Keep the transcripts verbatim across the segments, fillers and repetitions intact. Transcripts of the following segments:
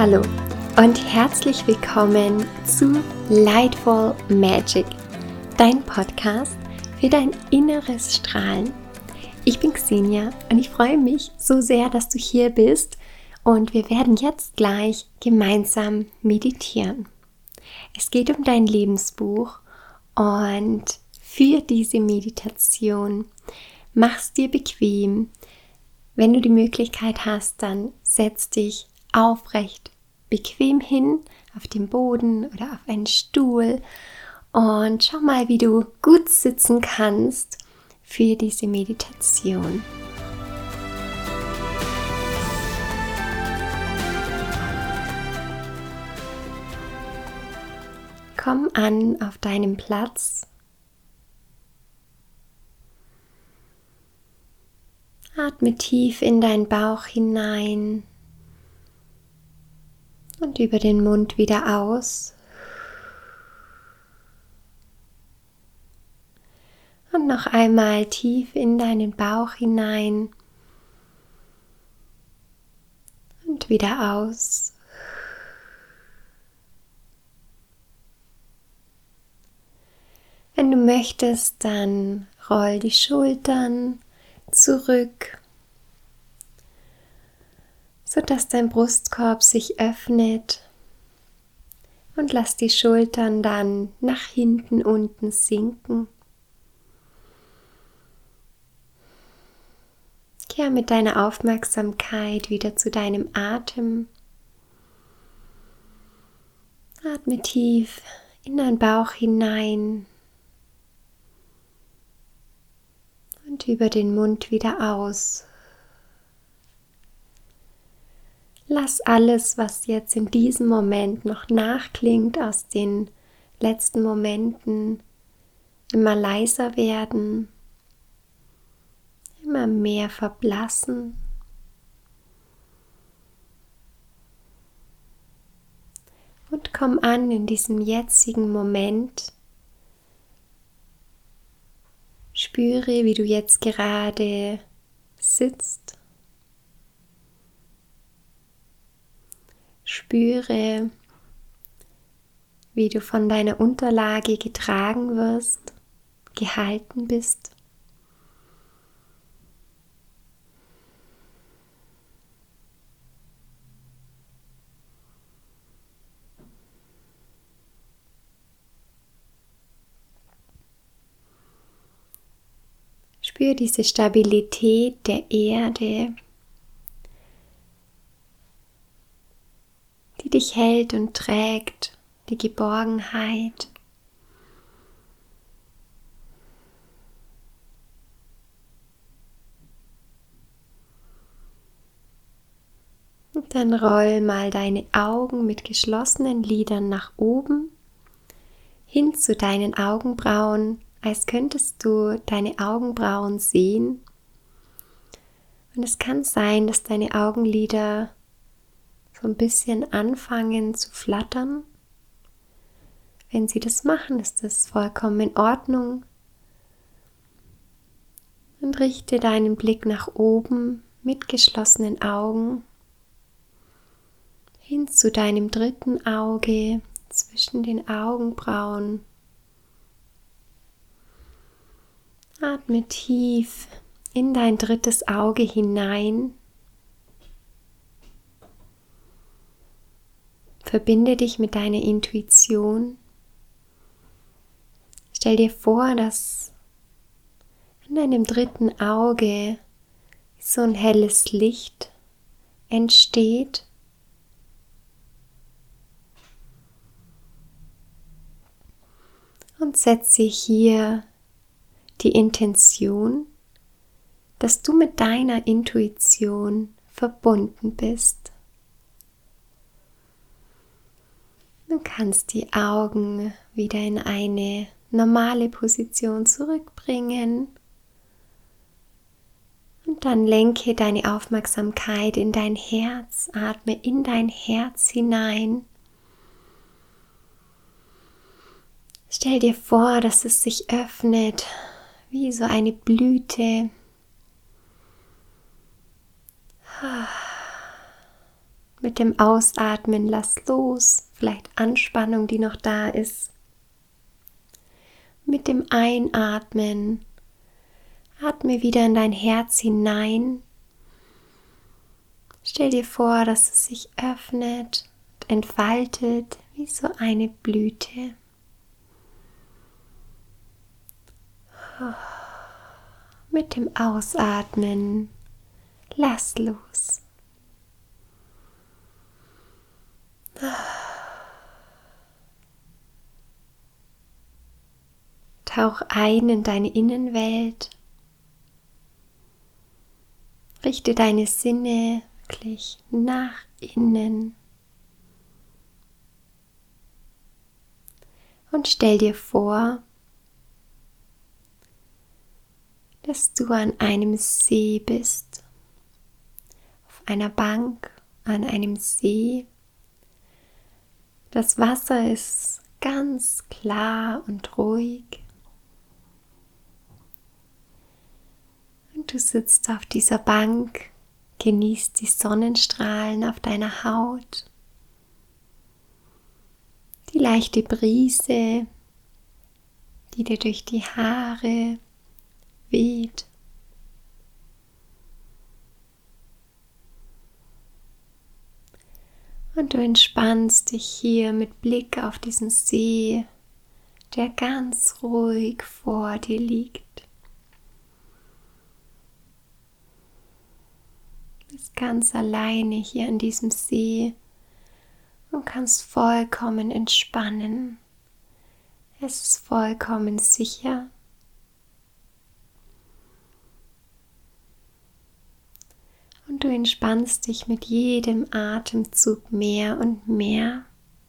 Hallo und herzlich willkommen zu Lightful Magic, dein Podcast für dein inneres Strahlen. Ich bin Xenia und ich freue mich so sehr, dass du hier bist und wir werden jetzt gleich gemeinsam meditieren. Es geht um dein Lebensbuch und für diese Meditation mach's dir bequem. Wenn du die Möglichkeit hast, dann setz dich aufrecht, bequem hin auf dem Boden oder auf einen Stuhl und schau mal, wie du gut sitzen kannst für diese Meditation. Komm an auf deinem Platz. Atme tief in deinen Bauch hinein und über den Mund wieder aus. Und noch einmal tief in deinen Bauch hinein und wieder aus. Wenn du möchtest, dann roll die Schultern zurück, sodass dein Brustkorb sich öffnet, und lass die Schultern dann nach hinten unten sinken. Kehr mit deiner Aufmerksamkeit wieder zu deinem Atem. Atme tief in deinen Bauch hinein und über den Mund wieder aus. Lass alles, was jetzt in diesem Moment noch nachklingt aus den letzten Momenten, immer leiser werden, immer mehr verblassen. Und komm an in diesem jetzigen Moment. Spüre, wie du jetzt gerade sitzt. Spüre, wie du von deiner Unterlage getragen wirst, gehalten bist. Spür diese Stabilität der Erde, die dich hält und trägt, die Geborgenheit. Und dann roll mal deine Augen mit geschlossenen Lidern nach oben, hin zu deinen Augenbrauen, als könntest du deine Augenbrauen sehen. Und es kann sein, dass deine Augenlider so ein bisschen anfangen zu flattern. Wenn sie das machen, ist das vollkommen in Ordnung. Und richte deinen Blick nach oben mit geschlossenen Augen hin zu deinem dritten Auge zwischen den Augenbrauen. Atme tief in dein drittes Auge hinein. Verbinde dich mit deiner Intuition. Stell dir vor, dass in deinem dritten Auge so ein helles Licht entsteht. Und setze hier die Intention, dass du mit deiner Intuition verbunden bist. Du kannst die Augen wieder in eine normale Position zurückbringen und dann lenke deine Aufmerksamkeit in dein Herz, atme in dein Herz hinein. Stell dir vor, dass es sich öffnet wie so eine Blüte Mit dem Ausatmen lass los, vielleicht Anspannung, die noch da ist. Mit dem Einatmen atme wieder in dein Herz hinein. Stell dir vor, dass es sich öffnet und entfaltet wie so eine Blüte. Mit dem Ausatmen lass los. Tauch ein in deine Innenwelt. Richte deine Sinne wirklich nach innen. Und stell dir vor, dass du an einem See bist, auf einer Bank, an einem See. Das Wasser ist ganz klar und ruhig. Und du sitzt auf dieser Bank, genießt die Sonnenstrahlen auf deiner Haut, die leichte Brise, die dir durch die Haare weht. Und du entspannst dich hier mit Blick auf diesen See, der ganz ruhig vor dir liegt. Du bist ganz alleine hier an diesem See und kannst vollkommen entspannen. Es ist vollkommen sicher. Und du entspannst dich mit jedem Atemzug mehr und mehr.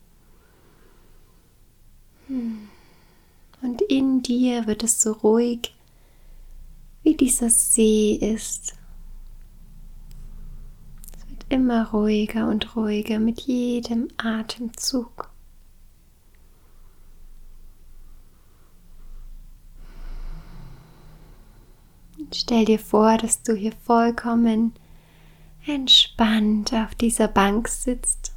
Und in dir wird es so ruhig, wie dieser See ist. Es wird immer ruhiger und ruhiger mit jedem Atemzug. Und stell dir vor, dass du hier vollkommen entspannt auf dieser Bank sitzt.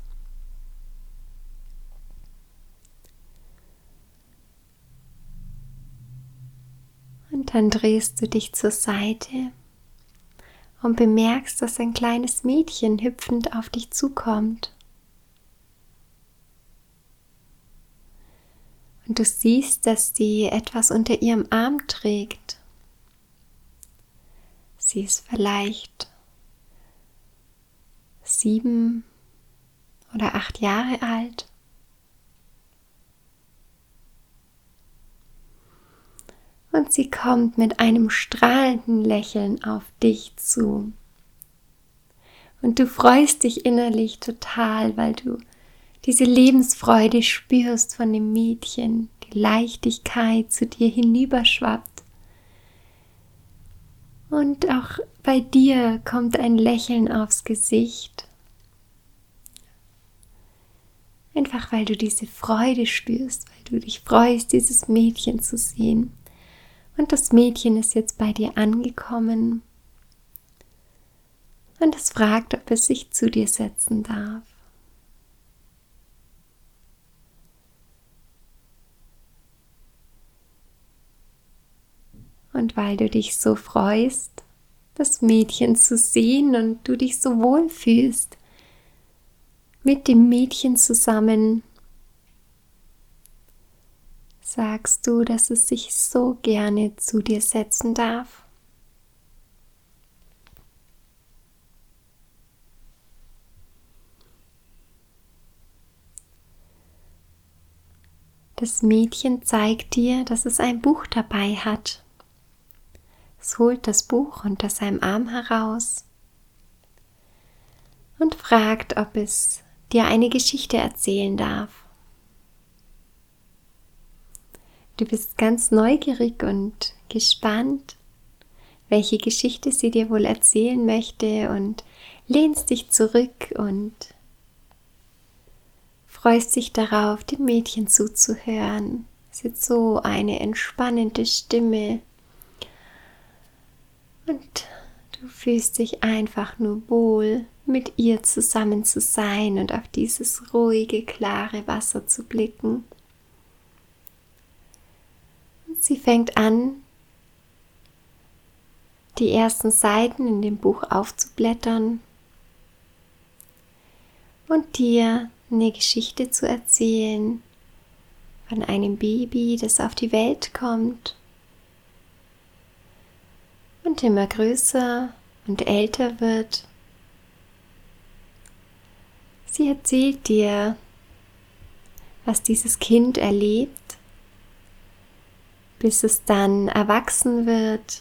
Und dann drehst du dich zur Seite und bemerkst, dass ein kleines Mädchen hüpfend auf dich zukommt. Und du siehst, dass sie etwas unter ihrem Arm trägt. Sie ist vielleicht sieben oder acht Jahre alt. Und sie kommt mit einem strahlenden Lächeln auf dich zu. Und du freust dich innerlich total, weil du diese Lebensfreude spürst von dem Mädchen, die Leichtigkeit zu dir hinüberschwappt. Und auch bei dir kommt ein Lächeln aufs Gesicht. Einfach weil du diese Freude spürst, weil du dich freust, dieses Mädchen zu sehen. Und das Mädchen ist jetzt bei dir angekommen und es fragt, ob es sich zu dir setzen darf. Und weil du dich so freust, das Mädchen zu sehen und du dich so wohl fühlst, mit dem Mädchen zusammen, sagst du, dass es sich so gerne zu dir setzen darf. Das Mädchen zeigt dir, dass es ein Buch dabei hat. Es holt das Buch unter seinem Arm heraus und fragt, ob es dir eine Geschichte erzählen darf. Du bist ganz neugierig und gespannt, welche Geschichte sie dir wohl erzählen möchte, und lehnst dich zurück und freust dich darauf, dem Mädchen zuzuhören. Es hat so eine entspannende Stimme. Und du fühlst dich einfach nur wohl mit ihr zusammen zu sein und auf dieses ruhige, klare Wasser zu blicken. Und sie fängt an, die ersten Seiten in dem Buch aufzublättern und dir eine Geschichte zu erzählen von einem Baby, das auf die Welt kommt und immer größer und älter wird. Sie erzählt dir, was dieses Kind erlebt, bis es dann erwachsen wird.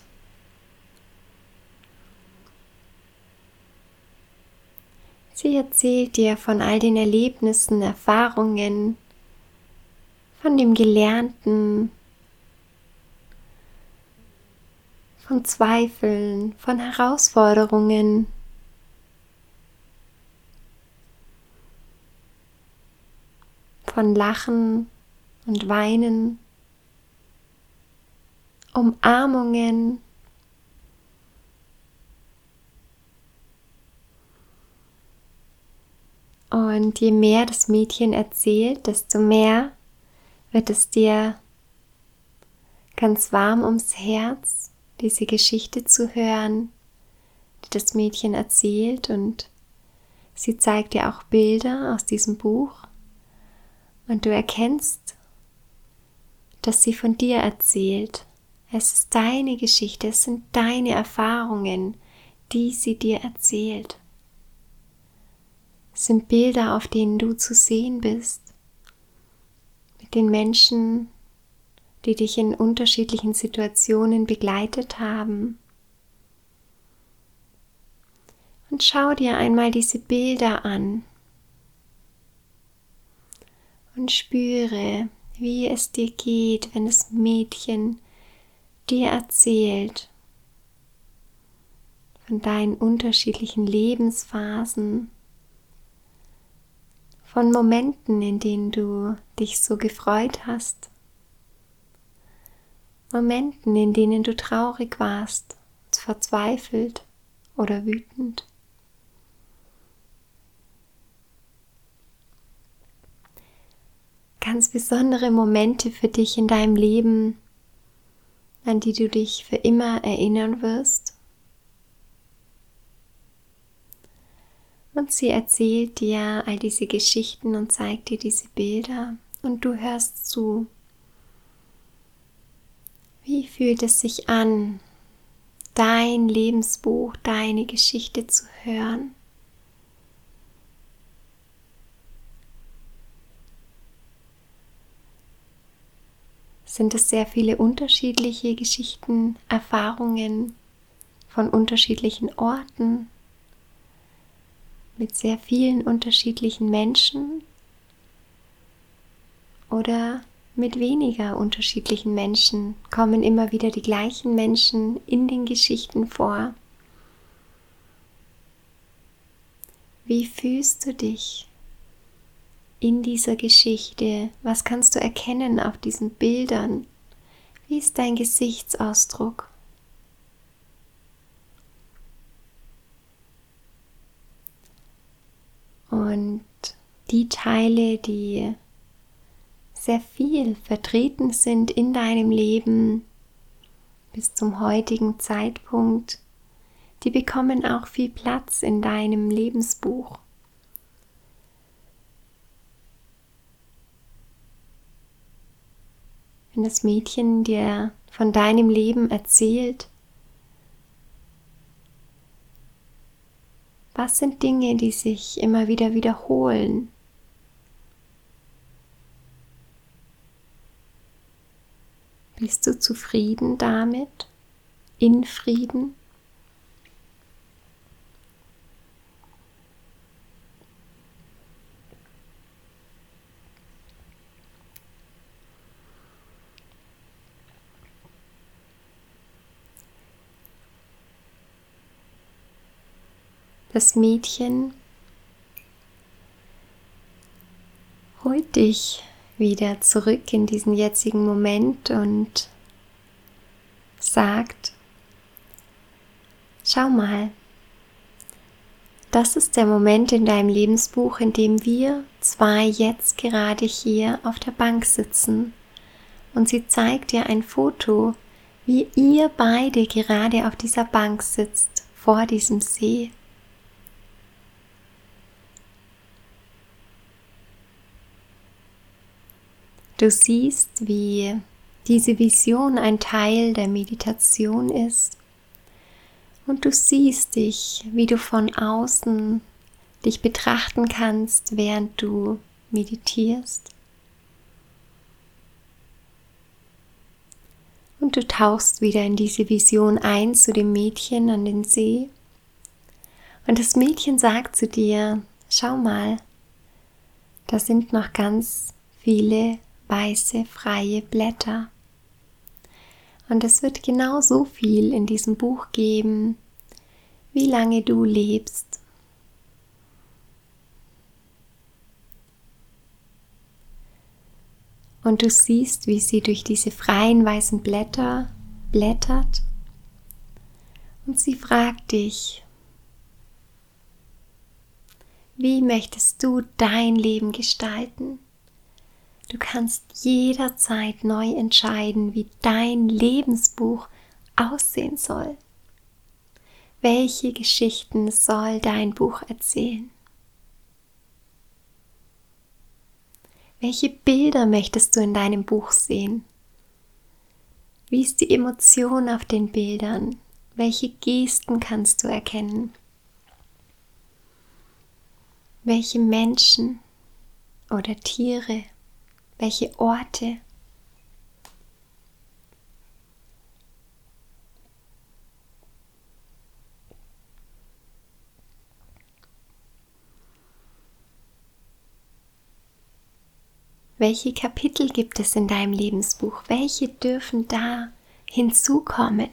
Sie erzählt dir von all den Erlebnissen, Erfahrungen, von dem Gelernten, von Zweifeln, von Herausforderungen. Von Lachen und Weinen, Umarmungen, und je mehr das Mädchen erzählt, desto mehr wird es dir ganz warm ums Herz, diese Geschichte zu hören, die das Mädchen erzählt, und sie zeigt dir auch Bilder aus diesem Buch. Und du erkennst, dass sie von dir erzählt. Es ist deine Geschichte, es sind deine Erfahrungen, die sie dir erzählt. Es sind Bilder, auf denen du zu sehen bist, mit den Menschen, die dich in unterschiedlichen Situationen begleitet haben. Und schau dir einmal diese Bilder an. Und spüre, wie es dir geht, wenn das Mädchen dir erzählt von deinen unterschiedlichen Lebensphasen, von Momenten, in denen du dich so gefreut hast, Momenten, in denen du traurig warst, verzweifelt oder wütend. Ganz besondere Momente für dich in deinem Leben, an die du dich für immer erinnern wirst. Und sie erzählt dir all diese Geschichten und zeigt dir diese Bilder und du hörst zu. Wie fühlt es sich an, dein Lebensbuch, deine Geschichte zu hören? Sind es sehr viele unterschiedliche Geschichten, Erfahrungen von unterschiedlichen Orten, mit sehr vielen unterschiedlichen Menschen oder mit weniger unterschiedlichen Menschen? Kommen immer wieder die gleichen Menschen in den Geschichten vor? Wie fühlst du dich in dieser Geschichte? Was kannst du erkennen auf diesen Bildern? Wie ist dein Gesichtsausdruck? Und die Teile, die sehr viel vertreten sind in deinem Leben bis zum heutigen Zeitpunkt, die bekommen auch viel Platz in deinem Lebensbuch. Wenn das Mädchen dir von deinem Leben erzählt, was sind Dinge, die sich immer wieder wiederholen? Bist du zufrieden damit? In Frieden? Das Mädchen holt dich wieder zurück in diesen jetzigen Moment und sagt: Schau mal, Das ist der Moment in deinem Lebensbuch, in dem wir zwei jetzt gerade hier auf der Bank sitzen. Und sie zeigt dir ein Foto, wie ihr beide gerade auf dieser Bank sitzt, vor diesem See. Du siehst, wie diese Vision ein Teil der Meditation ist. Und du siehst dich, wie du von außen dich betrachten kannst, während du meditierst. Und du tauchst wieder in diese Vision ein zu dem Mädchen an den See. Und das Mädchen sagt zu dir, schau mal, da sind noch ganz viele weiße, freie Blätter. Und es wird genau so viel in diesem Buch geben, wie lange du lebst. Und du siehst, wie sie durch diese freien weißen Blätter blättert. Und sie fragt dich, wie möchtest du dein Leben gestalten? Du kannst jederzeit neu entscheiden, wie dein Lebensbuch aussehen soll. Welche Geschichten soll dein Buch erzählen? Welche Bilder möchtest du in deinem Buch sehen? Wie ist die Emotion auf den Bildern? Welche Gesten kannst du erkennen? Welche Menschen oder Tiere? Welche Orte? Welche Kapitel gibt es in deinem Lebensbuch? Welche dürfen da hinzukommen?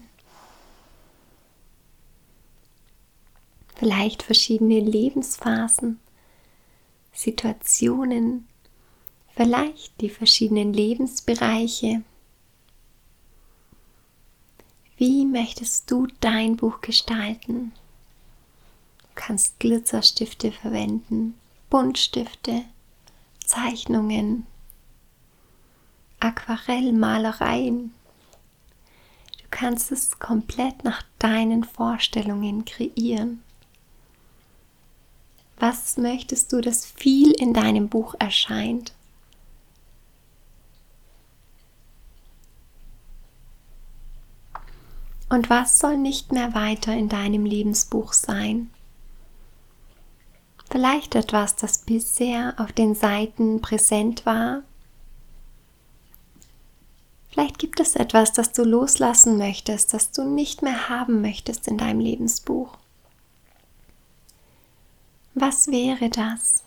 Vielleicht verschiedene Lebensphasen, Situationen, vielleicht die verschiedenen Lebensbereiche. Wie möchtest du dein Buch gestalten? Du kannst Glitzerstifte verwenden, Buntstifte, Zeichnungen, Aquarellmalereien. Du kannst es komplett nach deinen Vorstellungen kreieren. Was möchtest du, dass viel in deinem Buch erscheint? Und was soll nicht mehr weiter in deinem Lebensbuch sein? Vielleicht etwas, das bisher auf den Seiten präsent war. Vielleicht gibt es etwas, das du loslassen möchtest, das du nicht mehr haben möchtest in deinem Lebensbuch. Was wäre das?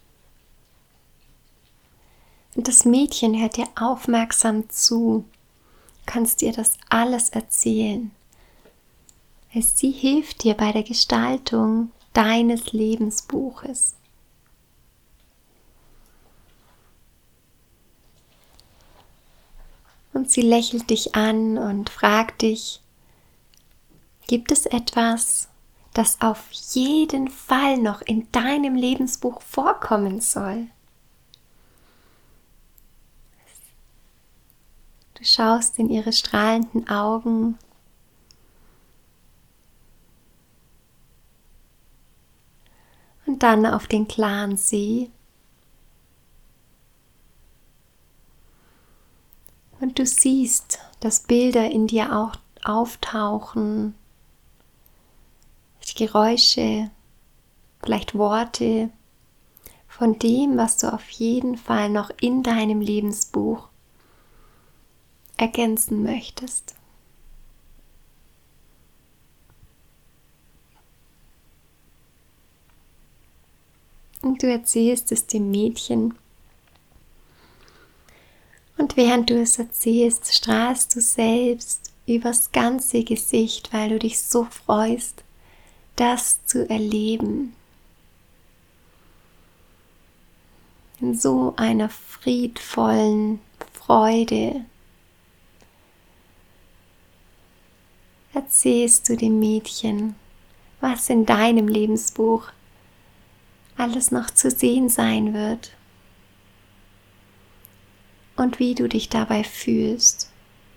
Und das Mädchen hört dir aufmerksam zu, du kannst ihr das alles erzählen. Sie hilft dir bei der Gestaltung deines Lebensbuches. Und sie lächelt dich an und fragt dich, gibt es etwas, das auf jeden Fall noch in deinem Lebensbuch vorkommen soll? Du schaust in ihre strahlenden Augen und dann auf den klaren See. Und du siehst, dass Bilder in dir auch auftauchen, Geräusche, vielleicht Worte von dem, was du auf jeden Fall noch in deinem Lebensbuch ergänzen möchtest. Und du erzählst es dem Mädchen. Und während du es erzählst, strahlst du selbst übers ganze Gesicht, weil du dich so freust, das zu erleben. In so einer friedvollen Freude erzählst du dem Mädchen, was in deinem Lebensbuch alles noch zu sehen sein wird und wie du dich dabei fühlst.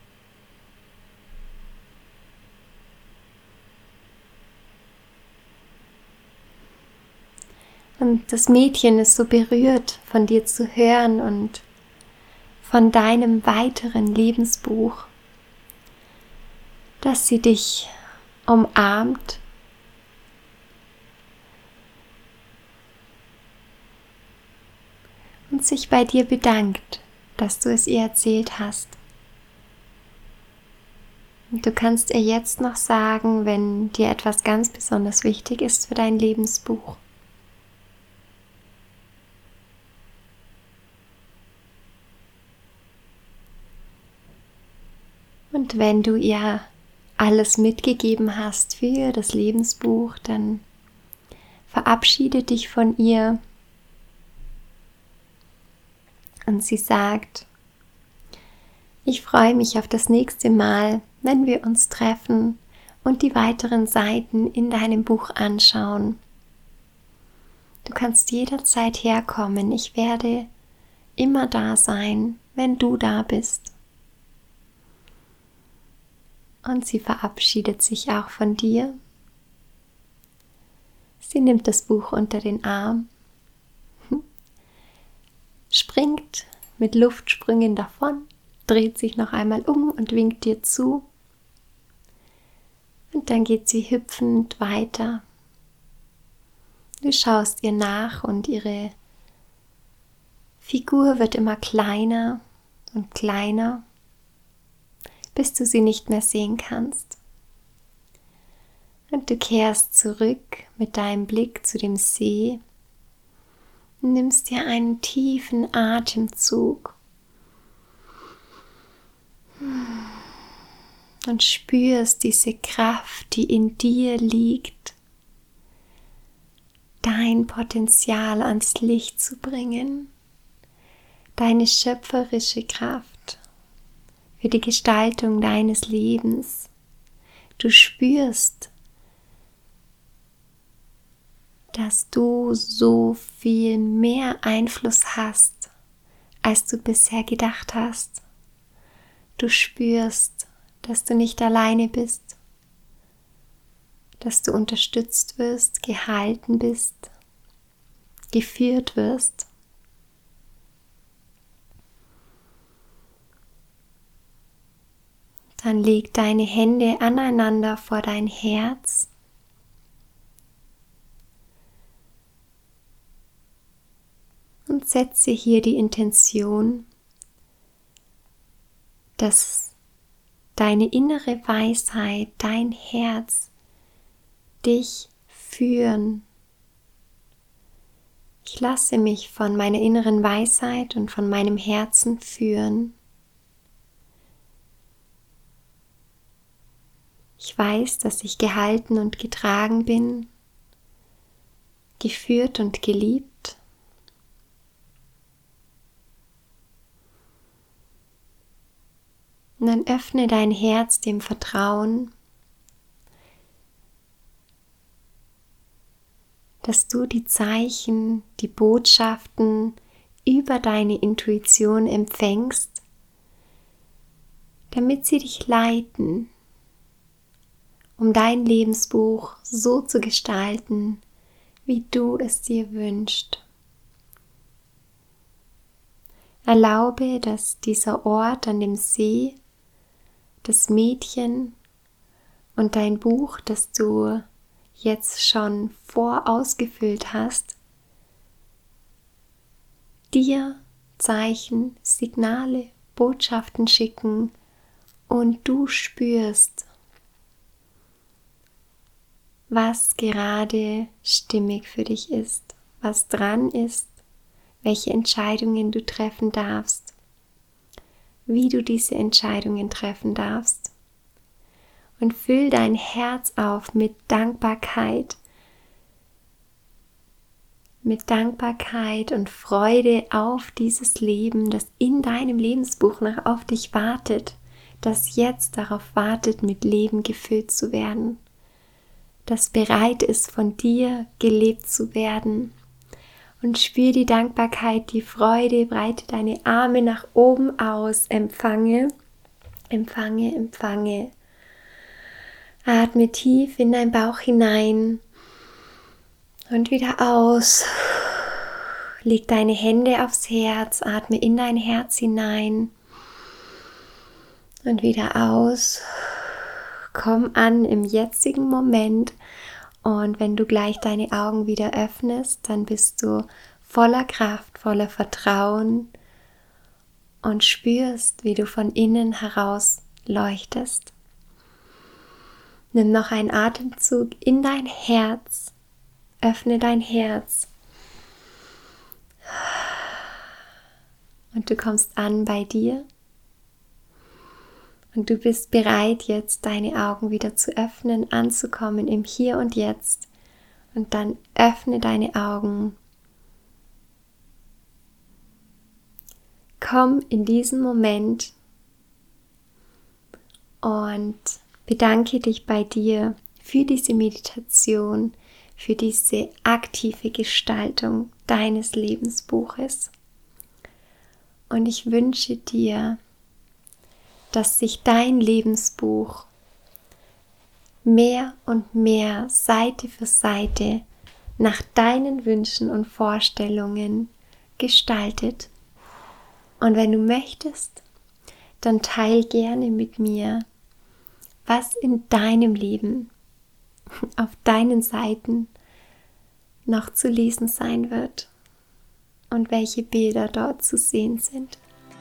Und das Mädchen ist so berührt, von dir zu hören und von deinem weiteren Lebensbuch, dass sie dich umarmt und sich bei dir bedankt, dass du es ihr erzählt hast. Und du kannst ihr jetzt noch sagen, wenn dir etwas ganz besonders wichtig ist für dein Lebensbuch. Und wenn du ihr alles mitgegeben hast für das Lebensbuch, dann verabschiede dich von ihr. Und sie sagt: Ich freue mich auf das nächste Mal, wenn wir uns treffen und die weiteren Seiten in deinem Buch anschauen. Du kannst jederzeit herkommen. Ich werde immer da sein, wenn du da bist. Und sie verabschiedet sich auch von dir. Sie nimmt das Buch unter den Arm, springt mit Luftsprüngen davon, dreht sich noch einmal um und winkt dir zu. Und dann geht sie hüpfend weiter. Du schaust ihr nach und ihre Figur wird immer kleiner und kleiner, bis du sie nicht mehr sehen kannst. Und du kehrst zurück mit deinem Blick zu dem See und nimmst dir einen tiefen Atemzug und spürst diese Kraft, die in dir liegt, dein Potenzial ans Licht zu bringen, deine schöpferische Kraft für die Gestaltung deines Lebens. Du spürst, dass du so viel mehr Einfluss hast, als du bisher gedacht hast. Du spürst, dass du nicht alleine bist, dass du unterstützt wirst, gehalten bist, geführt wirst. Dann leg deine Hände aneinander vor dein Herz und setze hier die Intention, dass deine innere Weisheit, dein Herz dich führen. Ich lasse mich von meiner inneren Weisheit und von meinem Herzen führen. Ich weiß, dass ich gehalten und getragen bin, geführt und geliebt. Und dann öffne dein Herz dem Vertrauen, dass du die Zeichen, die Botschaften über deine Intuition empfängst, damit sie dich leiten, um dein Lebensbuch so zu gestalten, wie du es dir wünschst. Erlaube, dass dieser Ort an dem See, das Mädchen und dein Buch, das du jetzt schon vorausgefüllt hast, dir Zeichen, Signale, Botschaften schicken und du spürst, was gerade stimmig für dich ist, was dran ist, welche Entscheidungen du treffen darfst, wie du diese Entscheidungen treffen darfst. Und füll dein Herz auf mit Dankbarkeit, mit Dankbarkeit und Freude auf dieses Leben, das in deinem Lebensbuch noch auf dich wartet, das jetzt darauf wartet, mit Leben gefüllt zu werden, das bereit ist, von dir gelebt zu werden Und spür die Dankbarkeit, die Freude, breite deine Arme nach oben aus, empfange, empfange, empfange. Atme tief in deinen Bauch hinein und wieder aus. Leg deine Hände aufs Herz, atme in dein Herz hinein und wieder aus. Komm an im jetzigen Moment. Und wenn du gleich deine Augen wieder öffnest, dann bist du voller Kraft, voller Vertrauen und spürst, wie du von innen heraus leuchtest. Nimm noch einen Atemzug in dein Herz, öffne dein Herz und du kommst an bei dir. Und du bist bereit, jetzt deine Augen wieder zu öffnen, anzukommen im Hier und Jetzt. Und dann öffne deine Augen. Komm in diesen Moment und bedanke dich bei dir für diese Meditation, für diese aktive Gestaltung deines Lebensbuches. Und ich wünsche dir, dass sich dein Lebensbuch mehr und mehr Seite für Seite nach deinen Wünschen und Vorstellungen gestaltet. Und wenn du möchtest, dann teil gerne mit mir, was in deinem Leben auf deinen Seiten noch zu lesen sein wird und welche Bilder dort zu sehen sind.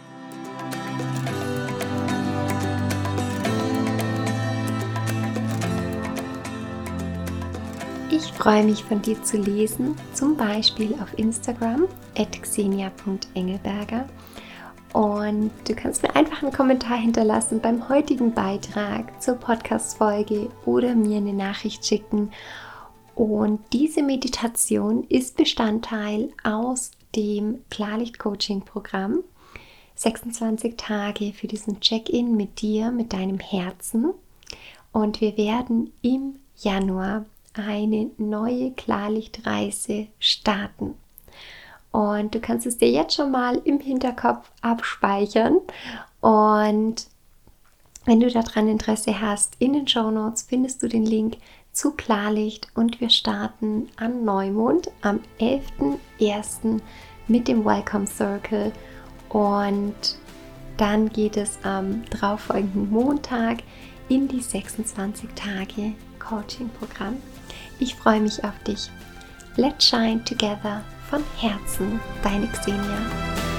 Ich freue mich, von dir zu lesen, zum Beispiel auf Instagram at xenia punkt engelberger, und du kannst mir einfach einen Kommentar hinterlassen beim heutigen Beitrag zur Podcast-Folge oder mir eine Nachricht schicken. Und diese Meditation ist Bestandteil aus dem Klarlicht-Coaching-Programm. sechsundzwanzig Tage für diesen Check-in mit dir, mit deinem Herzen. Und wir werden im Januar eine neue Klarlichtreise starten. Und du kannst es dir jetzt schon mal im Hinterkopf abspeichern. Und wenn du daran Interesse hast, in den Shownotes findest du den Link zu Klarlicht. Und wir starten an Neumond am elften ersten mit dem Welcome Circle. Und dann geht es am darauffolgenden Montag in die sechsundzwanzig Tage Coaching-Programm. Ich freue mich auf dich. Let's shine together. Von Herzen, deine Xenia.